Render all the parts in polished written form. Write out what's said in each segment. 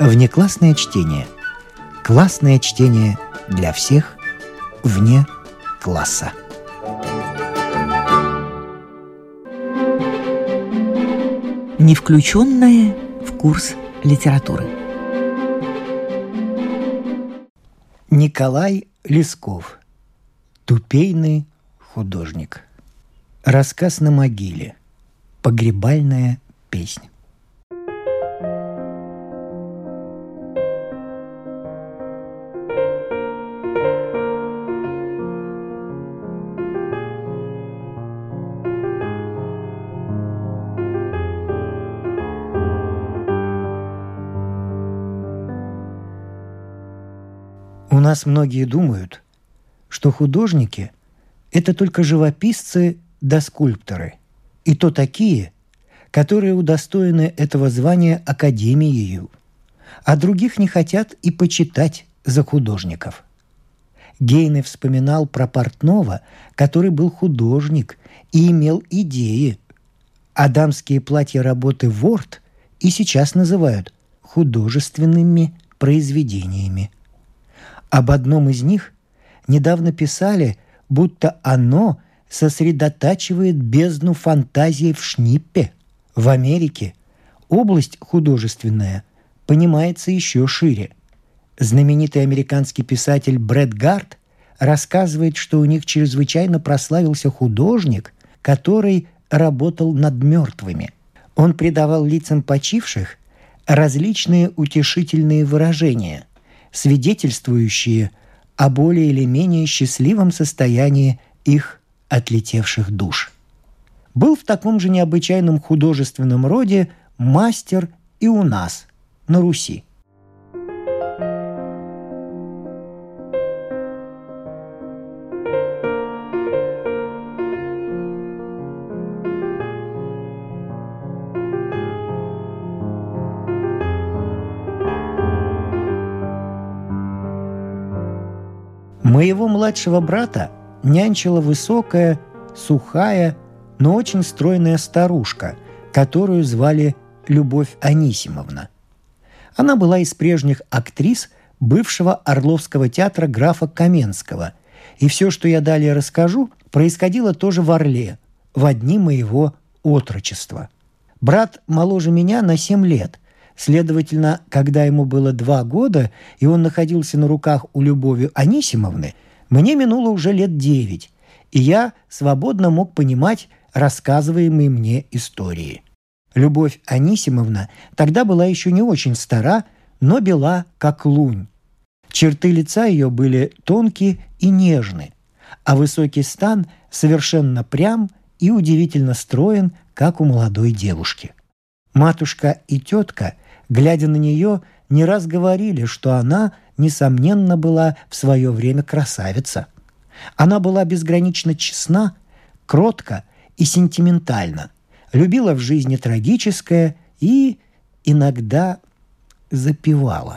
Внеклассное чтение. Классное чтение для всех вне класса. Не включенное в курс литературы. Николай Лесков. Тупейный художник. Рассказ на могиле. Погребальная песня. У нас многие думают, что художники – это только живописцы да скульпторы, и то такие, которые удостоены этого звания академией, а других не хотят и почитать за художников. Гейне вспоминал про портного, который был художник и имел идеи, а дамские платья работы Ворд и сейчас называют художественными произведениями. Об одном из них недавно писали, будто оно сосредотачивает бездну фантазии в Шниппе. В Америке область художественная понимается еще шире. Знаменитый американский писатель Брэд Гарт рассказывает, что у них чрезвычайно прославился художник, который работал над мертвыми. Он придавал лицам почивших различные утешительные выражения, свидетельствующие о более или менее счастливом состоянии их отлетевших душ. Был в таком же необычайном художественном роде мастер и у нас, на Руси. Моего младшего брата нянчила высокая, сухая, но очень стройная старушка, которую звали Любовь Анисимовна. Она была из прежних актрис бывшего Орловского театра графа Каменского, и все, что я далее расскажу, происходило тоже в Орле, в дни моего отрочества. Брат моложе меня на 7 лет. Следовательно, когда ему было 2 года, и он находился на руках у Любови Анисимовны, мне минуло уже лет 9, и я свободно мог понимать рассказываемые мне истории. Любовь Анисимовна тогда была еще не очень стара, но бела, как лунь. Черты лица ее были тонкие и нежны, а высокий стан совершенно прям и удивительно строен, как у молодой девушки. Матушка и тетка, глядя на нее, не раз говорили, что она, несомненно, была в свое время красавица. Она была безгранично честна, кротка и сентиментальна, любила в жизни трагическое и иногда запевала.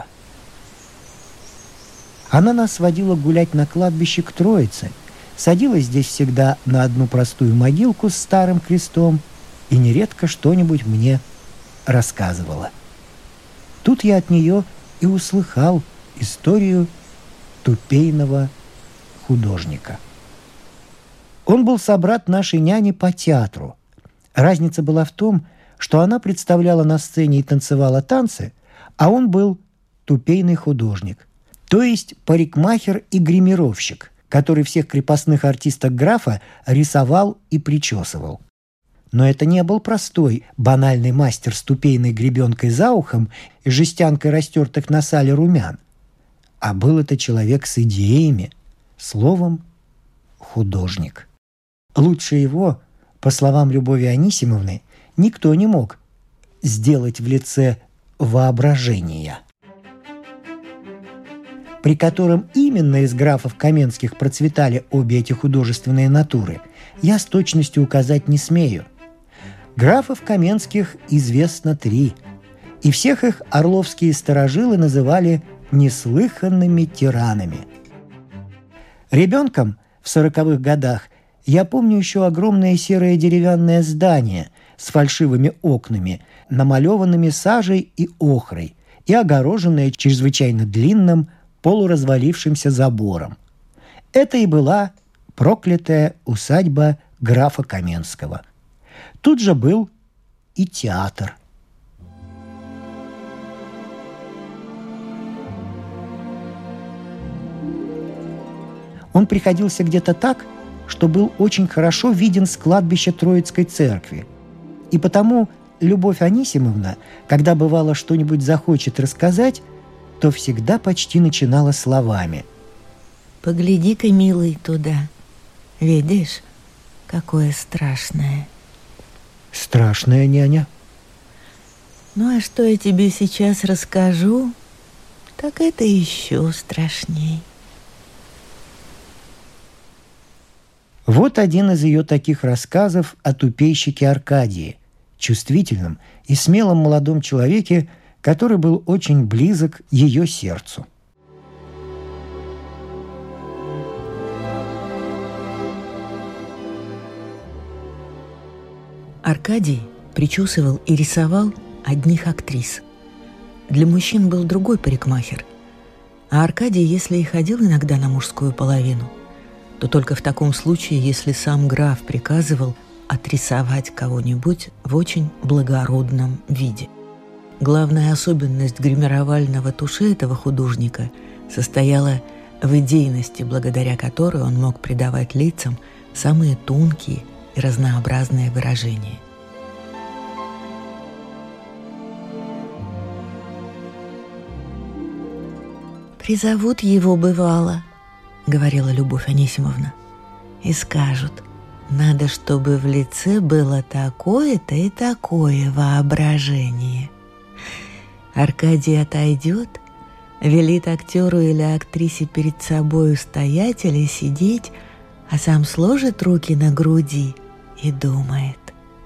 Она нас водила гулять на кладбище к Троице, садилась здесь всегда на одну простую могилку с старым крестом и нередко что-нибудь мне рассказывала. Тут я от нее и услыхал историю тупейного художника. Он был собрат нашей няни по театру. Разница была в том, что она представляла на сцене и танцевала танцы, а он был тупейный художник, то есть парикмахер и гримировщик, который всех крепостных артисток графа рисовал и причесывал. Но это не был простой, банальный мастер с тупейной гребенкой за ухом и жестянкой растертых на сале румян. А был это человек с идеями, словом, художник. Лучше его, по словам Любови Анисимовны, никто не мог сделать в лице воображения, при котором именно из графов Каменских процветали обе эти художественные натуры, я с точностью указать не смею. Графов Каменских известно 3, и всех их орловские старожилы называли неслыханными тиранами. Ребенком в 40-х годах я помню еще огромное серое деревянное здание с фальшивыми окнами, намалеванными сажей и охрой, и огороженная чрезвычайно длинным полуразвалившимся забором. Это и была проклятая усадьба графа Каменского. Тут же был и театр. Он приходился где-то так, что был очень хорошо виден с кладбища Троицкой церкви. И потому Любовь Анисимовна, когда бывало что-нибудь захочет рассказать, то всегда почти начинала словами: «Погляди-ка, милый, туда. Видишь, какое страшное». «Страшное, няня?» «Ну а что я тебе сейчас расскажу, так это еще страшней». Вот один из ее таких рассказов о тупейщике Аркадии, чувствительном и смелом молодом человеке, который был очень близок ее сердцу. Аркадий причесывал и рисовал одних актрис. Для мужчин был другой парикмахер, а Аркадий, если и ходил иногда на мужскую половину, то только в таком случае, если сам граф приказывал отрисовать кого-нибудь в очень благородном виде. Главная особенность гримировального туше этого художника состояла в идейности, благодаря которой он мог придавать лицам самые тонкие и разнообразные выражения. «Призовут его, бывало», — говорила Любовь Анисимовна, — «и скажут: надо, чтобы в лице было такое-то и такое воображение». Аркадий отойдет, велит актеру или актрисе перед собою стоять или сидеть, а сам сложит руки на груди и думает.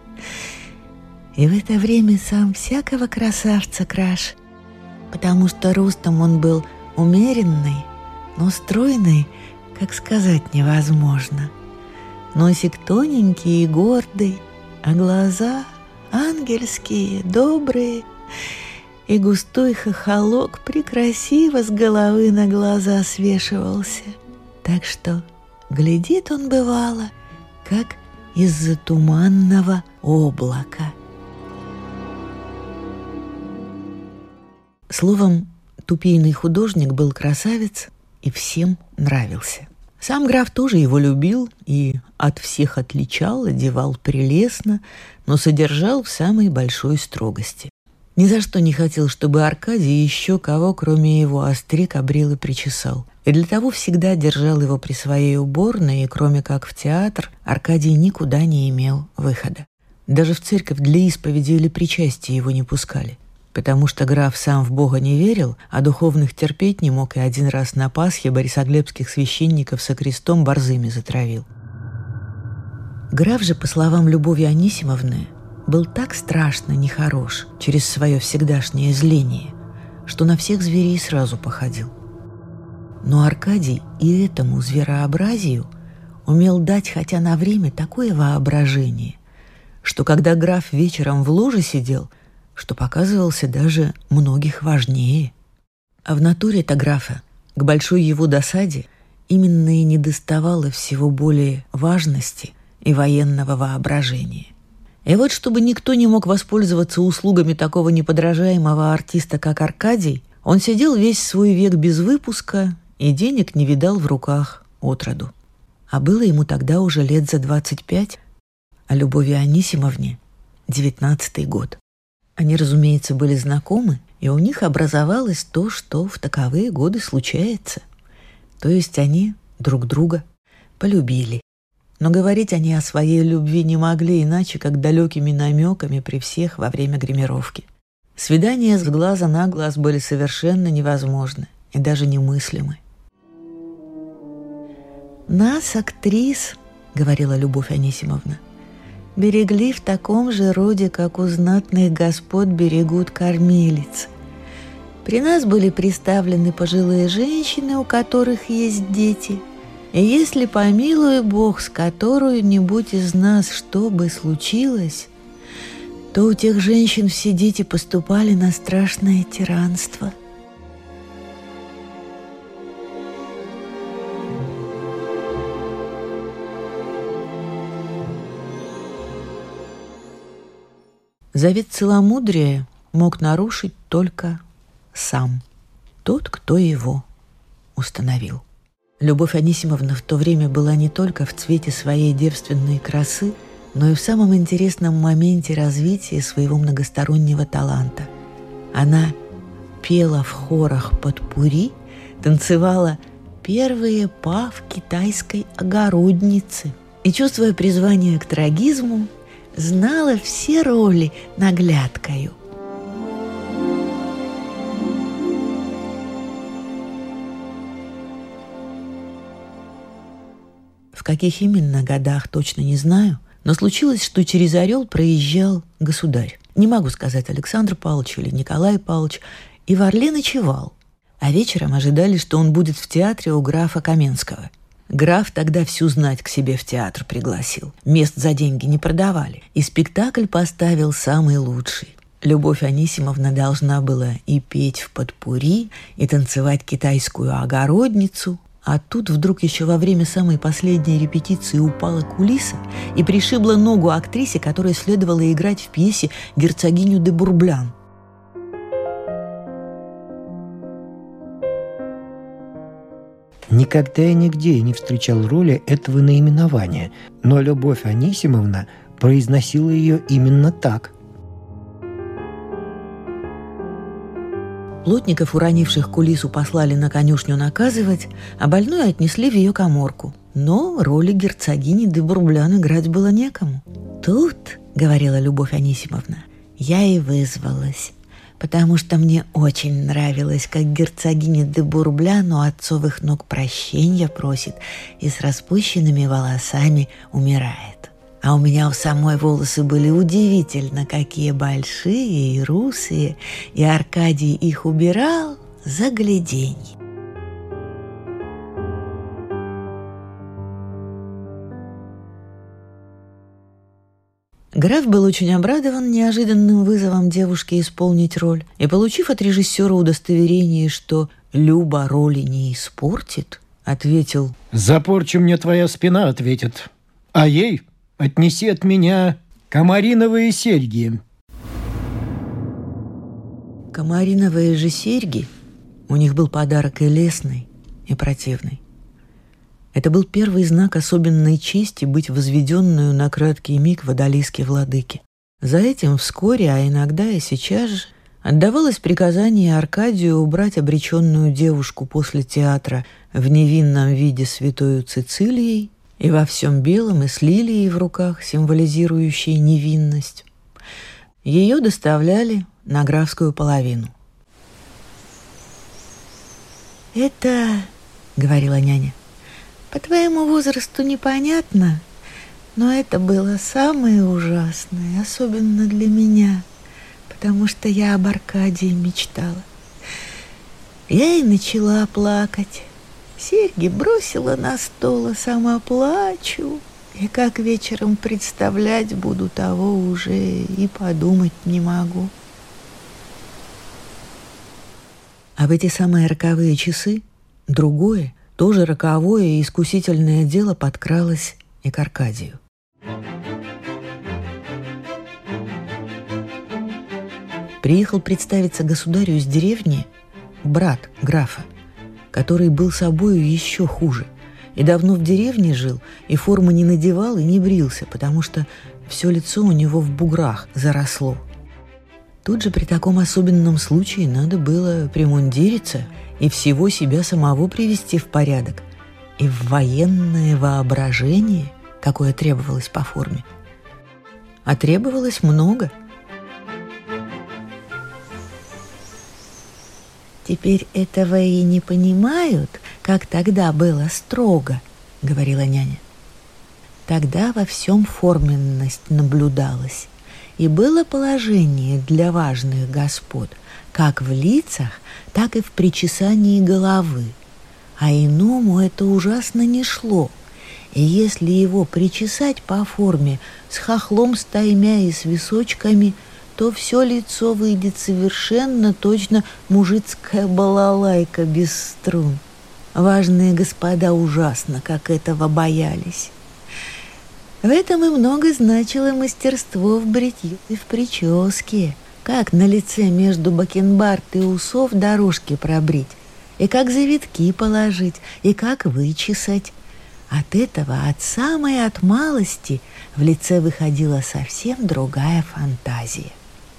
И в это время сам всякого красавца краше, потому что ростом он был умеренный, но стройный, как сказать невозможно. Носик тоненький и гордый, а глаза ангельские, добрые, и густой хохолок прекрасиво с головы на глаза свешивался. Так что глядит он, бывало, как из-за туманного облака. Словом, тупейный художник был красавец и всем нравился. Сам граф тоже его любил и от всех отличал, одевал прелестно, но содержал в самой большой строгости. Ни за что не хотел, чтобы Аркадий еще кого, кроме его, остриг, обрил и причесал. И для того всегда держал его при своей уборной, и кроме как в театр, Аркадий никуда не имел выхода. Даже в церковь для исповеди или причастия его не пускали, потому что граф сам в Бога не верил, а духовных терпеть не мог, и один раз на Пасхе борисоглебских священников со крестом борзыми затравил. Граф же, по словам Любови Анисимовны, был так страшно нехорош через свое всегдашнее зление, что на всех зверей сразу походил. Но Аркадий и этому зверообразию умел дать хотя на время такое воображение, что когда граф вечером в ложе сидел, что показывался даже многих важнее. А в натуре-то графа, к большой его досаде, именно и недоставало всего более важности и военного воображения. И вот, чтобы никто не мог воспользоваться услугами такого неподражаемого артиста, как Аркадий, он сидел весь свой век без выпуска и денег не видал в руках отроду. А было ему тогда уже лет за 25, а Любови Анисимовне 19-й год. Они, разумеется, были знакомы, и у них образовалось то, что в таковые годы случается. То есть они друг друга полюбили. Но говорить они о своей любви не могли иначе, как далекими намеками при всех во время гримировки. Свидания с глаза на глаз были совершенно невозможны и даже немыслимы. «Нас, актрис, — говорила Любовь Анисимовна, — берегли в таком же роде, как у знатных господ берегут кормилиц. При нас были приставлены пожилые женщины, у которых есть дети, и если, помилуй Бог, с которой-нибудь из нас что бы случилось, то у тех женщин все дети поступали на страшное тиранство. Завет целомудрия мог нарушить только сам тот, кто его установил. Любовь Анисимовна в то время была не только в цвете своей девственной красы, но и в самом интересном моменте развития своего многостороннего таланта. Она пела в хорах потпурри, танцевала первые па в китайской огороднице и, чувствуя призвание к трагизму, знала все роли наглядкою. В каких именно годах, точно не знаю, но случилось, что через Орел проезжал государь. Не могу сказать, Александр Павлович или Николай Павлович, и в Орле ночевал. А вечером ожидали, что он будет в театре у графа Каменского. Граф тогда всю знать к себе в театр пригласил. Мест за деньги не продавали. И спектакль поставил самый лучший. Любовь Анисимовна должна была и петь в потпурри, и танцевать китайскую огородницу. А тут вдруг еще во время самой последней репетиции упала кулиса и пришибла ногу актрисе, которая следовала играть в пьесе герцогиню де Бурблян. Никогда и нигде не встречал роли этого наименования, но Любовь Анисимовна произносила ее именно так. Плотников, уронивших кулису, послали на конюшню наказывать, а больную отнесли в ее каморку. Но роли герцогини де Бурблян играть было некому. «Тут, — говорила Любовь Анисимовна, — я и вызвалась, потому что мне очень нравилось, как герцогиня де Бурблян у отцовых ног прощения просит и с распущенными волосами умирает. А у меня у самой волосы были удивительно какие большие и русые, и Аркадий их убирал загляденье». Граф был очень обрадован неожиданным вызовом девушки исполнить роль, и, получив от режиссера удостоверение, что Люба роли не испортит, ответил: «За порчу мне твоя спина ответит, а ей отнеси от меня комариновые серьги». Комариновые же серьги у них был подарок и лестный, и противный. Это был первый знак особенной чести быть возведенную на краткий миг в одолиске владыки. За этим вскоре, а иногда и сейчас же, отдавалось приказание Аркадию убрать обреченную девушку после театра в невинном виде святою Цицилией и во всем белом и с лилией в руках, символизирующей невинность. Ее доставляли на графскую половину. «Это, — говорила няня, — по твоему возрасту непонятно, но это было самое ужасное, особенно для меня, потому что я об Аркадии мечтала. Я и начала плакать. Серьги бросила на стол, а сама плачу. И как вечером представлять буду, того уже и подумать не могу». А в эти самые роковые часы другое, тоже роковое и искусительное дело подкралось и к Аркадию. Приехал представиться государю из деревни брат графа, который был собою еще хуже, и давно в деревне жил, и формы не надевал и не брился, потому что все лицо у него в буграх заросло. Тут же при таком особенном случае надо было примундириться и всего себя самого привести в порядок, и в военное воображение, какое требовалось по форме. А требовалось много. «Теперь этого и не понимают, как тогда было строго, — говорила няня. Тогда во всем форменность наблюдалась, и было положение для важных господ как в лицах, так и в причесании головы, а иному это ужасно не шло, И если его причесать по форме с хохлом, стаймя и с височками, то все лицо выйдет совершенно точно мужицкая балалайка без струн. Важные господа ужасно, как этого боялись. В этом и много значило мастерство в бритье и в прическе. Как на лице между бакенбард и усов дорожки пробрить, и как завитки положить, и как вычесать. От этого, от малости, в лице выходила совсем другая фантазия.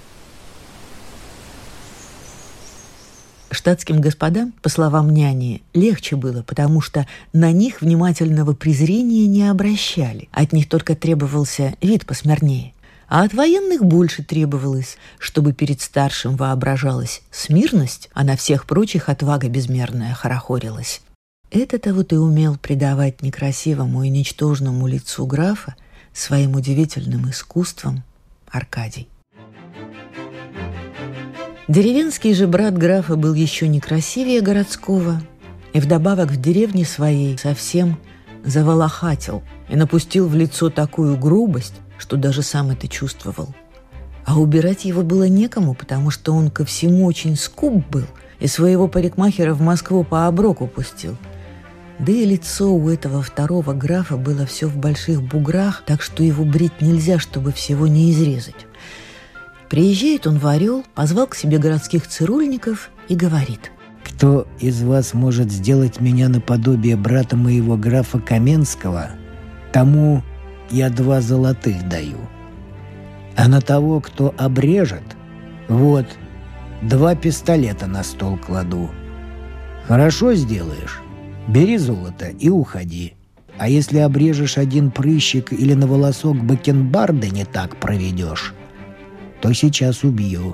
Штатским господам, по словам няни, легче было, потому что на них внимательного презрения не обращали. От них только требовался вид посмирнее. А от военных больше требовалось, чтобы перед старшим воображалась смирность, а на всех прочих отвага безмерная хорохорилась. Это-то вот и умел придавать некрасивому и ничтожному лицу графа своим удивительным искусством Аркадий. Деревенский же брат графа был еще некрасивее городского, и вдобавок в деревне своей совсем заволохатил и напустил в лицо такую грубость, что даже сам это чувствовал. А убирать его было некому, потому что он ко всему очень скуп был и своего парикмахера в Москву по оброку пустил. Да и лицо у этого второго графа было все в больших буграх, так что его брить нельзя, чтобы всего не изрезать. Приезжает он в Орел, позвал к себе городских цирульников и говорит: «Кто из вас может сделать меня наподобие брата моего графа Каменского, тому я 2 золотых даю. А на того, кто обрежет, вот 2 пистолета на стол кладу. Хорошо сделаешь, бери золото и уходи. А если обрежешь 1 прыщик или на волосок бакенбарды не так проведешь, то сейчас убью».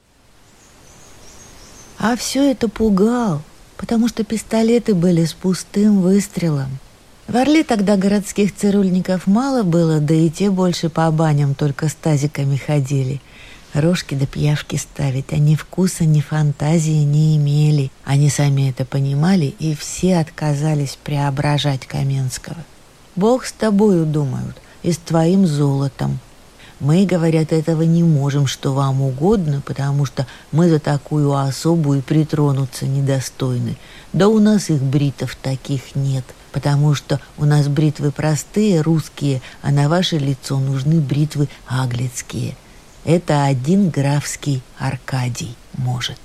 А все это пугал, потому что пистолеты были с пустым выстрелом. В Орле тогда городских цирульников мало было, да и те больше по баням только с тазиками ходили. Рожки да пиявки ставить, они вкуса, ни фантазии не имели. Они сами это понимали, и все отказались преображать Каменского. «Бог с тобою, думают, и с твоим золотом. Мы, говорят, этого не можем, что вам угодно, потому что мы за такую особу и притронуться недостойны. Да у нас их бритов таких нет, потому что у нас бритвы простые, русские, а на ваше лицо нужны бритвы аглицкие. Это один графский Аркадий может».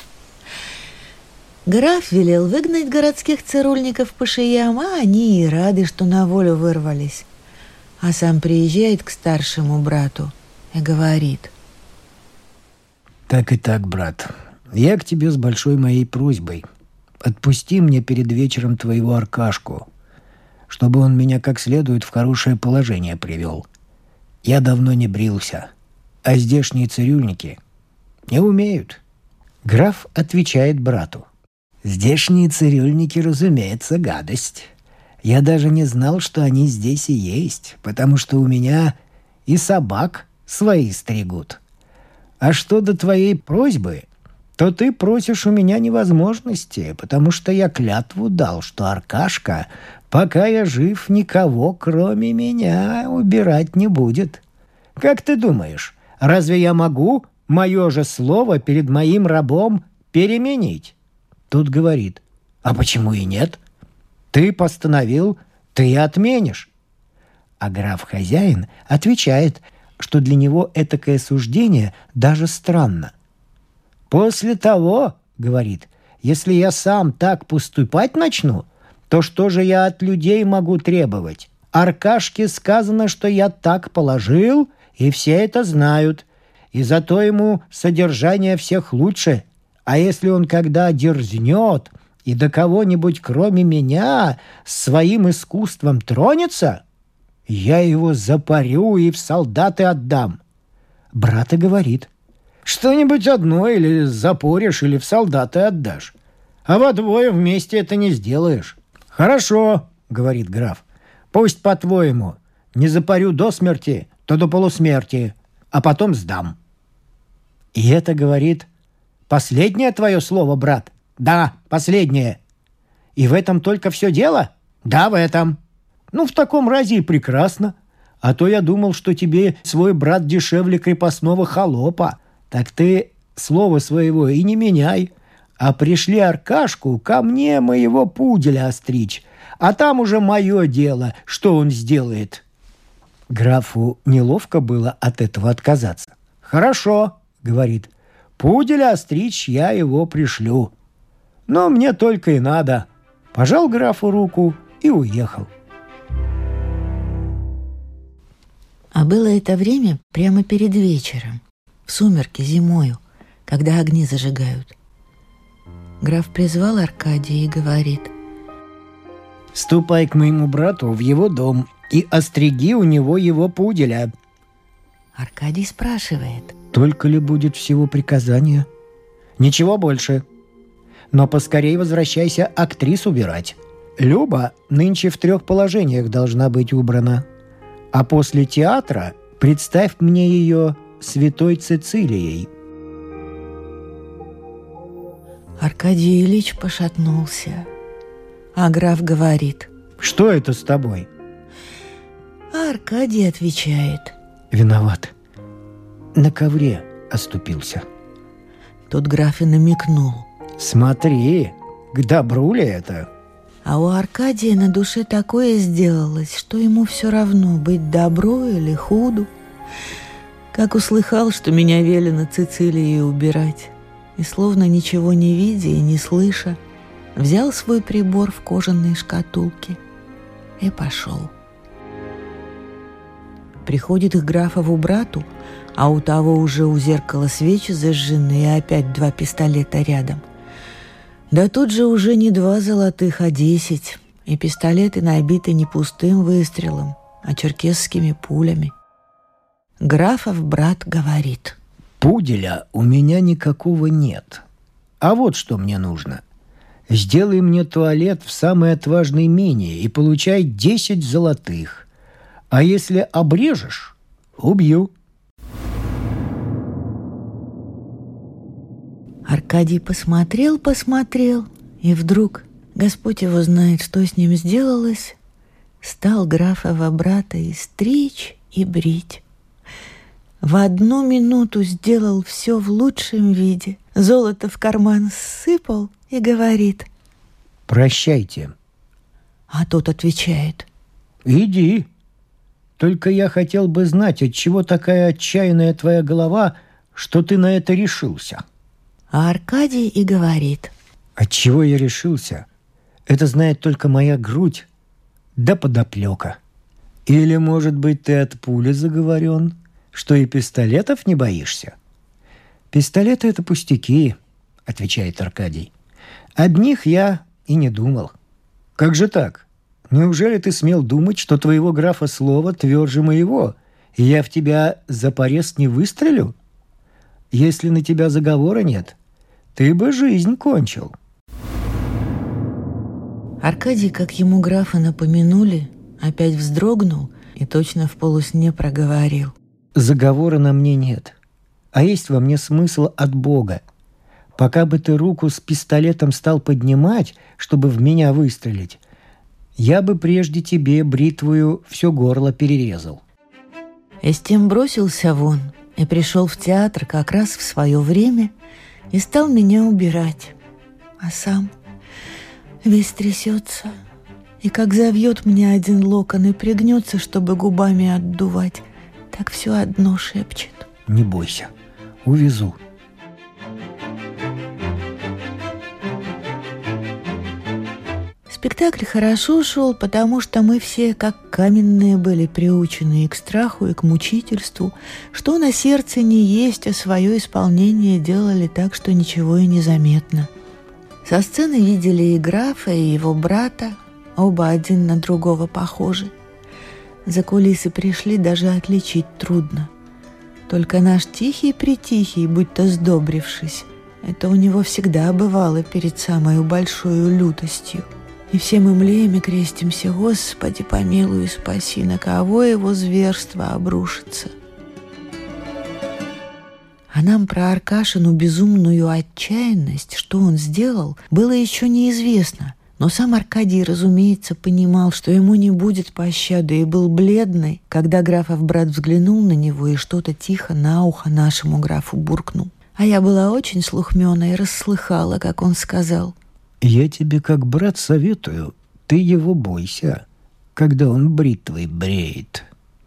Граф велел выгнать городских цирульников по шеям, а они и рады, что на волю вырвались. А сам приезжает к старшему брату и говорит: «Так и так, брат, я к тебе с большой моей просьбой. Отпусти мне перед вечером твоего Аркашку, чтобы он меня как следует в хорошее положение привел. Я давно не брился, а здешние цирюльники не умеют». Граф отвечает брату: «Здешние цирюльники, разумеется, гадость. Я даже не знал, что они здесь и есть, потому что у меня и собак свои стригут. А что до твоей просьбы, то ты просишь у меня невозможности, потому что я клятву дал, что Аркашка, пока я жив, никого, кроме меня, убирать не будет. Как ты думаешь, разве я могу мое же слово перед моим рабом переменить?» Тут говорит: «А почему и нет? Ты постановил, ты и отменишь». А граф-хозяин отвечает, что для него этакое суждение даже странно. «После того, — говорит, — если я сам так поступать начну, то что же я от людей могу требовать? Аркашке сказано, что я так положил, и все это знают, и зато ему содержание всех лучше. А если он когда дерзнет и до кого-нибудь, кроме меня, своим искусством тронется, я его запарю и в солдаты отдам». Брат и говорит: «Что-нибудь одно или запоришь, или в солдаты отдашь, а во двое вместе это не сделаешь». «Хорошо, — говорит граф, — пусть по-твоему, не запарю до смерти, то до полусмерти, а потом сдам». И это, говорит, последнее твое слово, брат? Да, последнее. И в этом только все дело? Да, в этом. В таком разе и прекрасно. А то я думал, что тебе свой брат дешевле крепостного холопа. Так ты слова своего и не меняй. А пришли Аркашку ко мне моего пуделя остричь. А там уже мое дело, что он сделает». Графу неловко было от этого отказаться. «Хорошо», — говорит, — «пуделя остричь я его пришлю. Но мне только и надо». Пожал графу руку и уехал. А было это время прямо перед вечером, в сумерки зимою, когда огни зажигают. Граф призвал Аркадия и говорит: «Ступай к моему брату в его дом и остриги у него его пуделя». Аркадий спрашивает: «Только ли будет всего приказания?» «Ничего больше. Но поскорей возвращайся актрис убирать. Люба нынче в 3 положениях должна быть убрана. А после театра представь мне ее святой Цицилией». Аркадий Ильич пошатнулся, а граф говорит: «Что это с тобой?» А Аркадий отвечает: «Виноват. На ковре оступился». Тут граф и намекнул: «Смотри, к добру ли это?» А у Аркадия на душе такое сделалось, что ему все равно, быть добру или худу. Как услыхал, что меня велено Цицилией убирать, и словно ничего не видя и не слыша, взял свой прибор в кожаной шкатулке и пошел. Приходит к графову брату, а у того уже у зеркала свечи зажжены и опять 2 пистолета рядом. Да тут же уже не 2 золотых, а 10, и пистолеты набиты не пустым выстрелом, а черкесскими пулями. Графов брат говорит: «Пуделя у меня никакого нет. А вот что мне нужно. Сделай мне туалет в самой отважной мине и получай 10 золотых. А если обрежешь, убью». Аркадий посмотрел, и вдруг, Господь его знает, что с ним сделалось, стал графова брата и стричь, и брить. В 1 минуту сделал все в лучшем виде, золото в карман сыпал и говорит: «Прощайте». А тот отвечает: «Иди. Только я хотел бы знать, отчего такая отчаянная твоя голова, что ты на это решился». А Аркадий и говорит: «Отчего я решился? Это знает только моя грудь, да подоплека. Или, может быть, ты от пули заговорен, что и пистолетов не боишься?» «Пистолеты — это пустяки», — отвечает Аркадий. «Одних я и не думал». «Как же так? Неужели ты смел думать, что твоего графа слово тверже моего, и я в тебя за порез не выстрелю? Если на тебя заговора нет, ты бы жизнь кончил». Аркадий, как ему графа напомянули, опять вздрогнул и точно в полусне проговорил: «Заговора на мне нет, а есть во мне смысл от Бога. Пока бы ты руку с пистолетом стал поднимать, чтобы в меня выстрелить, я бы прежде тебе бритвою все горло перерезал». И с тем бросился вон и пришел в театр как раз в свое время и стал меня убирать, а сам весь трясется, и как завьет мне 1 локон и пригнется, чтобы губами отдувать, так все одно шепчет: «Не бойся, увезу». Спектакль хорошо шел, потому что мы все как каменные были приучены и к страху, и к мучительству, что на сердце не есть, а свое исполнение делали так, что ничего и не заметно. Со сцены видели и графа, и его брата, оба один на другого похожи. За кулисы пришли, даже отличить трудно. Только наш тихий-притихий, будто сдобрившись, это у него всегда бывало перед самой большой лютостью. И все мы млеем и крестимся: «Господи, помилуй и спаси, на кого его зверство обрушится». А нам про Аркашину безумную отчаянность, что он сделал, было еще неизвестно, Но сам Аркадий, разумеется, понимал, что ему не будет пощады, и был бледный, когда графов брат взглянул на него и что-то тихо на ухо нашему графу буркнул. А я была очень слухмёна и расслыхала, как он сказал: «Я тебе как брат советую, ты его бойся, когда он бритвой бреет».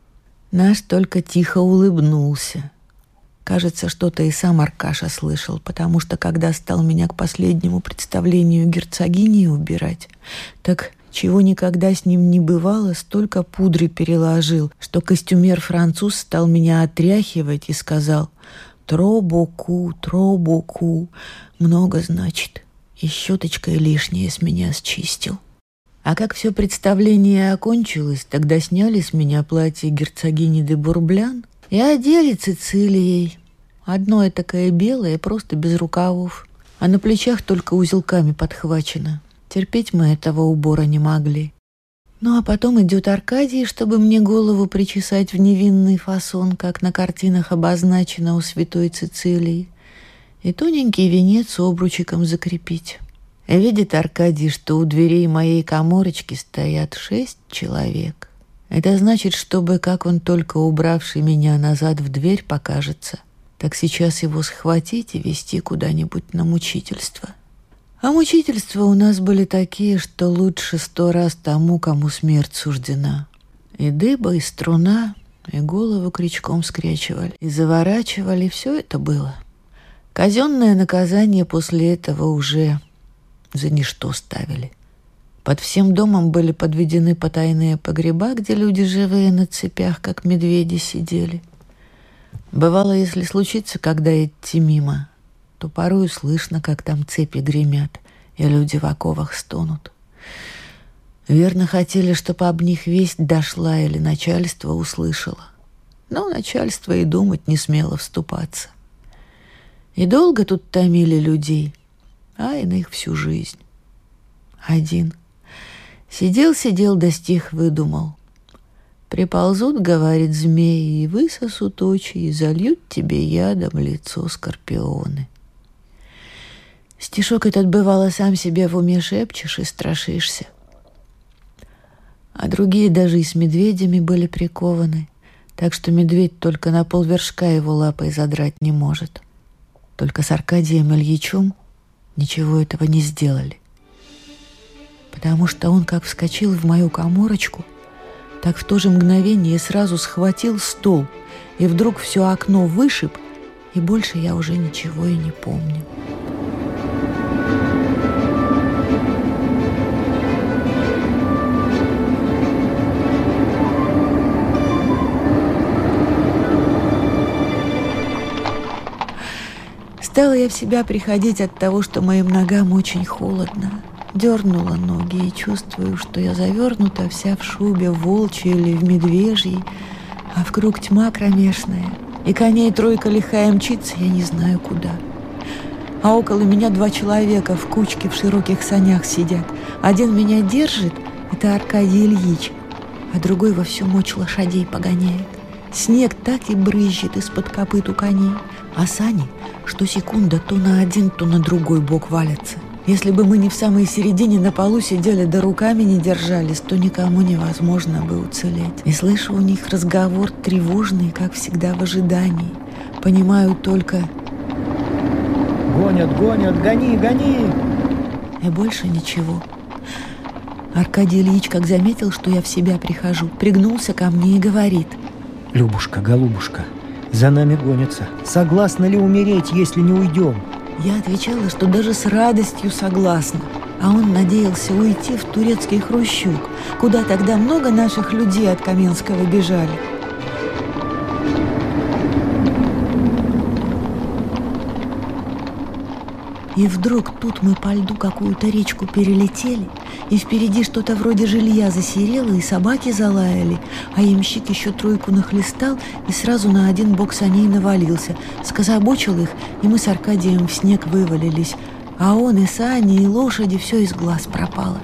Наш только тихо улыбнулся. Кажется, что-то и сам Аркаша слышал, потому что, когда стал меня к последнему представлению герцогини убирать, так, чего никогда с ним не бывало, столько пудры переложил, что костюмер-француз стал меня отряхивать и сказал: «Тро-боку, тро-боку, много, значит», и щеточкой лишнее с меня счистил. А как все представление окончилось, тогда сняли с меня платье герцогини де Бурблян и одели Цицилией. Одно этакое белое, просто без рукавов, а на плечах только узелками подхвачено. Терпеть мы этого убора не могли. Ну а потом идет Аркадий, чтобы мне голову причесать в невинный фасон, как на картинах обозначено у святой Цицилии, и тоненький венец обручиком закрепить. И видит Аркадий, что у дверей моей каморочки стоят 6 человек. Это значит, чтобы, как он только убравший меня назад в дверь покажется, так сейчас его схватить и везти куда-нибудь на мучительство. А мучительства у нас были такие, что лучше 100 раз тому, кому смерть суждена. И дыба, и струна, и голову крючком скрячивали, и заворачивали, все это было. Казенное наказание после этого уже за ничто ставили. Под всем домом были подведены потайные погреба, где люди живые на цепях, как медведи, сидели. Бывало, если случится, когда идти мимо, то порою слышно, как там цепи гремят, и люди в оковах стонут. Верно, хотели, чтобы об них весть дошла или начальство услышало. Но начальство и думать не смело вступаться. И долго тут томили людей, а иных всю жизнь. Один. Сидел, да стих выдумал. Приползут, говорит, змеи, и высосут очи, и зальют тебе ядом лицо скорпионы. Стишок этот, бывало, сам себе в уме шепчешь и страшишься. А другие даже и с медведями были прикованы, так что медведь только на полвершка его лапой задрать не может. Только с Аркадием Ильичем ничего этого не сделали. Потому что он, как вскочил в мою каморочку, так в то же мгновение сразу схватил стол и вдруг все окно вышиб, и больше я уже ничего и не помню. Стала я в себя приходить от того, что моим ногам очень холодно. Дернула ноги и чувствую, что я завернута вся в шубе волчьей или в медвежьей, а вокруг тьма кромешная, и коней тройка лихая мчится, я не знаю куда. А около меня 2 человека в кучке в широких санях сидят. Один меня держит, это Аркадий Ильич, а другой во всю мощь лошадей погоняет. Снег так и брызжет из-под копыт у коней, а сани, что секунда, то на один, то на другой бок валятся. Если бы мы не в самой середине на полу сидели да руками не держались, то никому невозможно бы уцелеть. И слышу у них разговор тревожный, как всегда в ожидании. Понимаю только: «Гонят, гонят, гони, гони!» И больше ничего. Аркадий Ильич, как заметил, что я в себя прихожу, пригнулся ко мне и говорит: «Любушка, голубушка, за нами гонятся. Согласна ли умереть, если не уйдем?» Я отвечала, что даже с радостью согласна. А он надеялся уйти в турецкий Хрущук, куда тогда много наших людей от Каменского бежали. И вдруг тут мы по льду какую-то речку перелетели, и впереди что-то вроде жилья засерело, и собаки залаяли, а ямщик еще тройку нахлестал и сразу на один бок саней навалился, скособочил их, и мы с Аркадием в снег вывалились, а он и сани, и лошади, все из глаз пропало.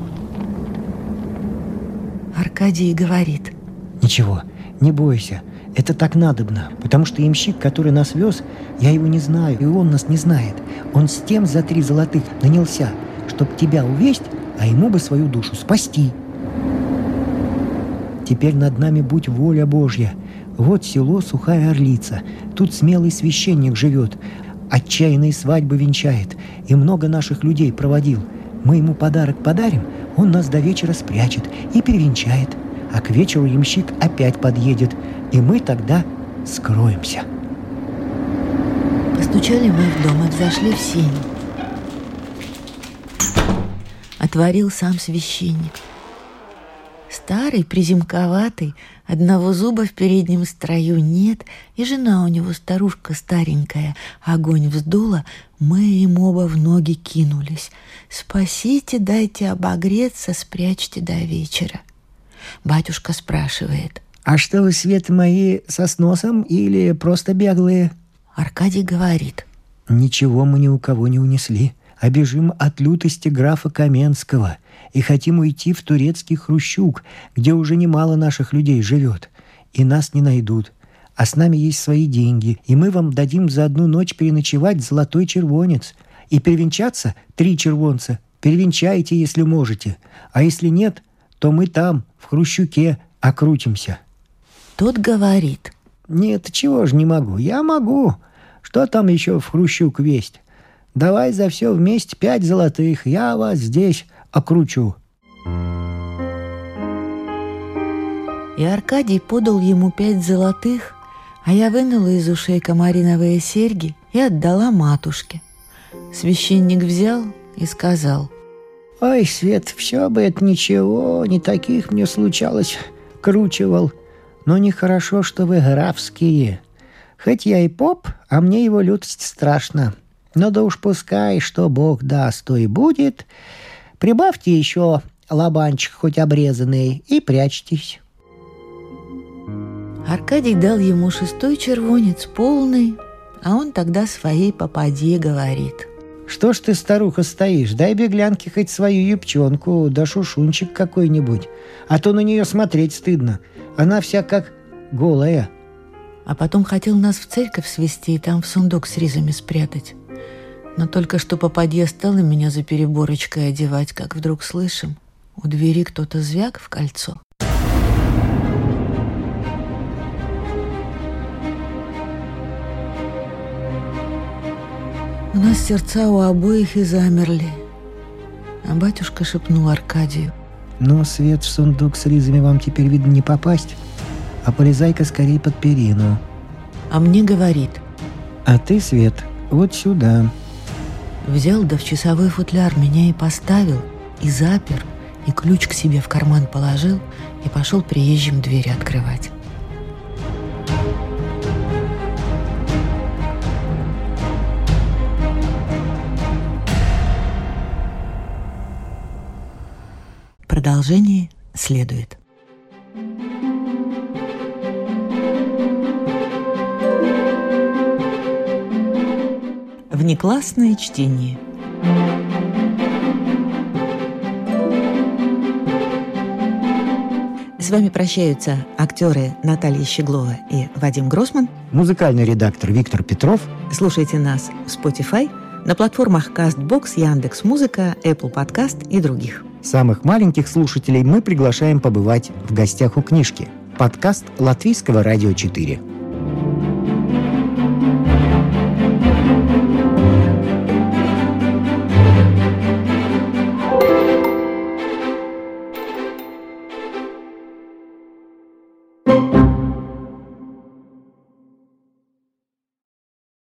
Аркадий говорит: «Ничего, не бойся, Это так надобно, потому что ямщик, который нас вез, я его не знаю, и он нас не знает. Он с тем за 3 золотых нанялся, чтоб тебя увесть, а ему бы свою душу спасти. Теперь над нами будь воля Божья. Вот село Сухая Орлица. Тут смелый священник живет, отчаянные свадьбы венчает и много наших людей проводил. Мы ему подарок подарим, он нас до вечера спрячет и перевенчает. А к вечеру ямщик опять подъедет, и мы тогда скроемся. Постучали мы в дом и взошли в сень. Отворил сам священник. Старый, приземковатый, одного зуба в переднем строю нет, и жена у него старушка старенькая. Огонь вздула, мы им оба в ноги кинулись. «Спасите, дайте обогреться, спрячьте до вечера». Батюшка спрашивает: «А что вы, свет мои, со сносом или просто беглые?» Аркадий говорит: «Ничего мы ни у кого не унесли, а бежим от лютости графа Каменского и хотим уйти в турецкий Хрущук, где уже немало наших людей живет, и нас не найдут. А с нами есть свои деньги, и мы вам дадим за 1 ночь переночевать золотой червонец. И перевенчаться 3 червонца. Перевенчайте, если можете. А если нет, то мы там, в Хрущуке, окрутимся». Тот говорит: «Нет, чего ж не могу? Я могу. Что там еще в Хрущук весть? Давай за все вместе 5 золотых, я вас здесь окручу». И Аркадий подал ему 5 золотых, а я вынула из ушей комариновые серьги и отдала матушке. Священник взял и сказал: «Ой, Свет, все бы это ничего, не таких мне случалось, кручивал. Но нехорошо, что вы графские. Хоть я и поп, а мне его лютость страшна. Но да уж пускай, что Бог даст, то и будет. Прибавьте еще лобанчик хоть обрезанный и прячьтесь». Аркадий дал ему 6-й червонец полный, а он тогда своей попадье говорит: «Что ж ты, старуха, стоишь? Дай беглянке хоть свою юбчонку, да шушунчик какой-нибудь, а то на нее смотреть стыдно. Она вся как голая». А потом хотел нас в церковь свести и там в сундук с ризами спрятать. Но только что попадья стала меня за переборочкой одевать, как вдруг слышим, у двери кто-то звяк в кольцо. У нас сердца у обоих и замерли. А батюшка шепнул Аркадию: «Ну, Свет, в сундук с ризами вам теперь, видно, не попасть, а полезай-ка скорее под перину». А мне говорит: «А ты, Свет, вот сюда». Взял да в часовой футляр меня и поставил, и запер, и ключ к себе в карман положил, и пошел приезжим двери открывать. Продолжение следует. Внеклассное чтение. С вами прощаются актеры Наталья Щеглова и Вадим Гроссман. Музыкальный редактор Виктор Петров. Слушайте нас в Spotify, на платформах CastBox, Яндекс.Музыка, Apple Podcast и других. Самых маленьких слушателей мы приглашаем побывать в гостях у книжки. Подкаст Латвийского радио 4.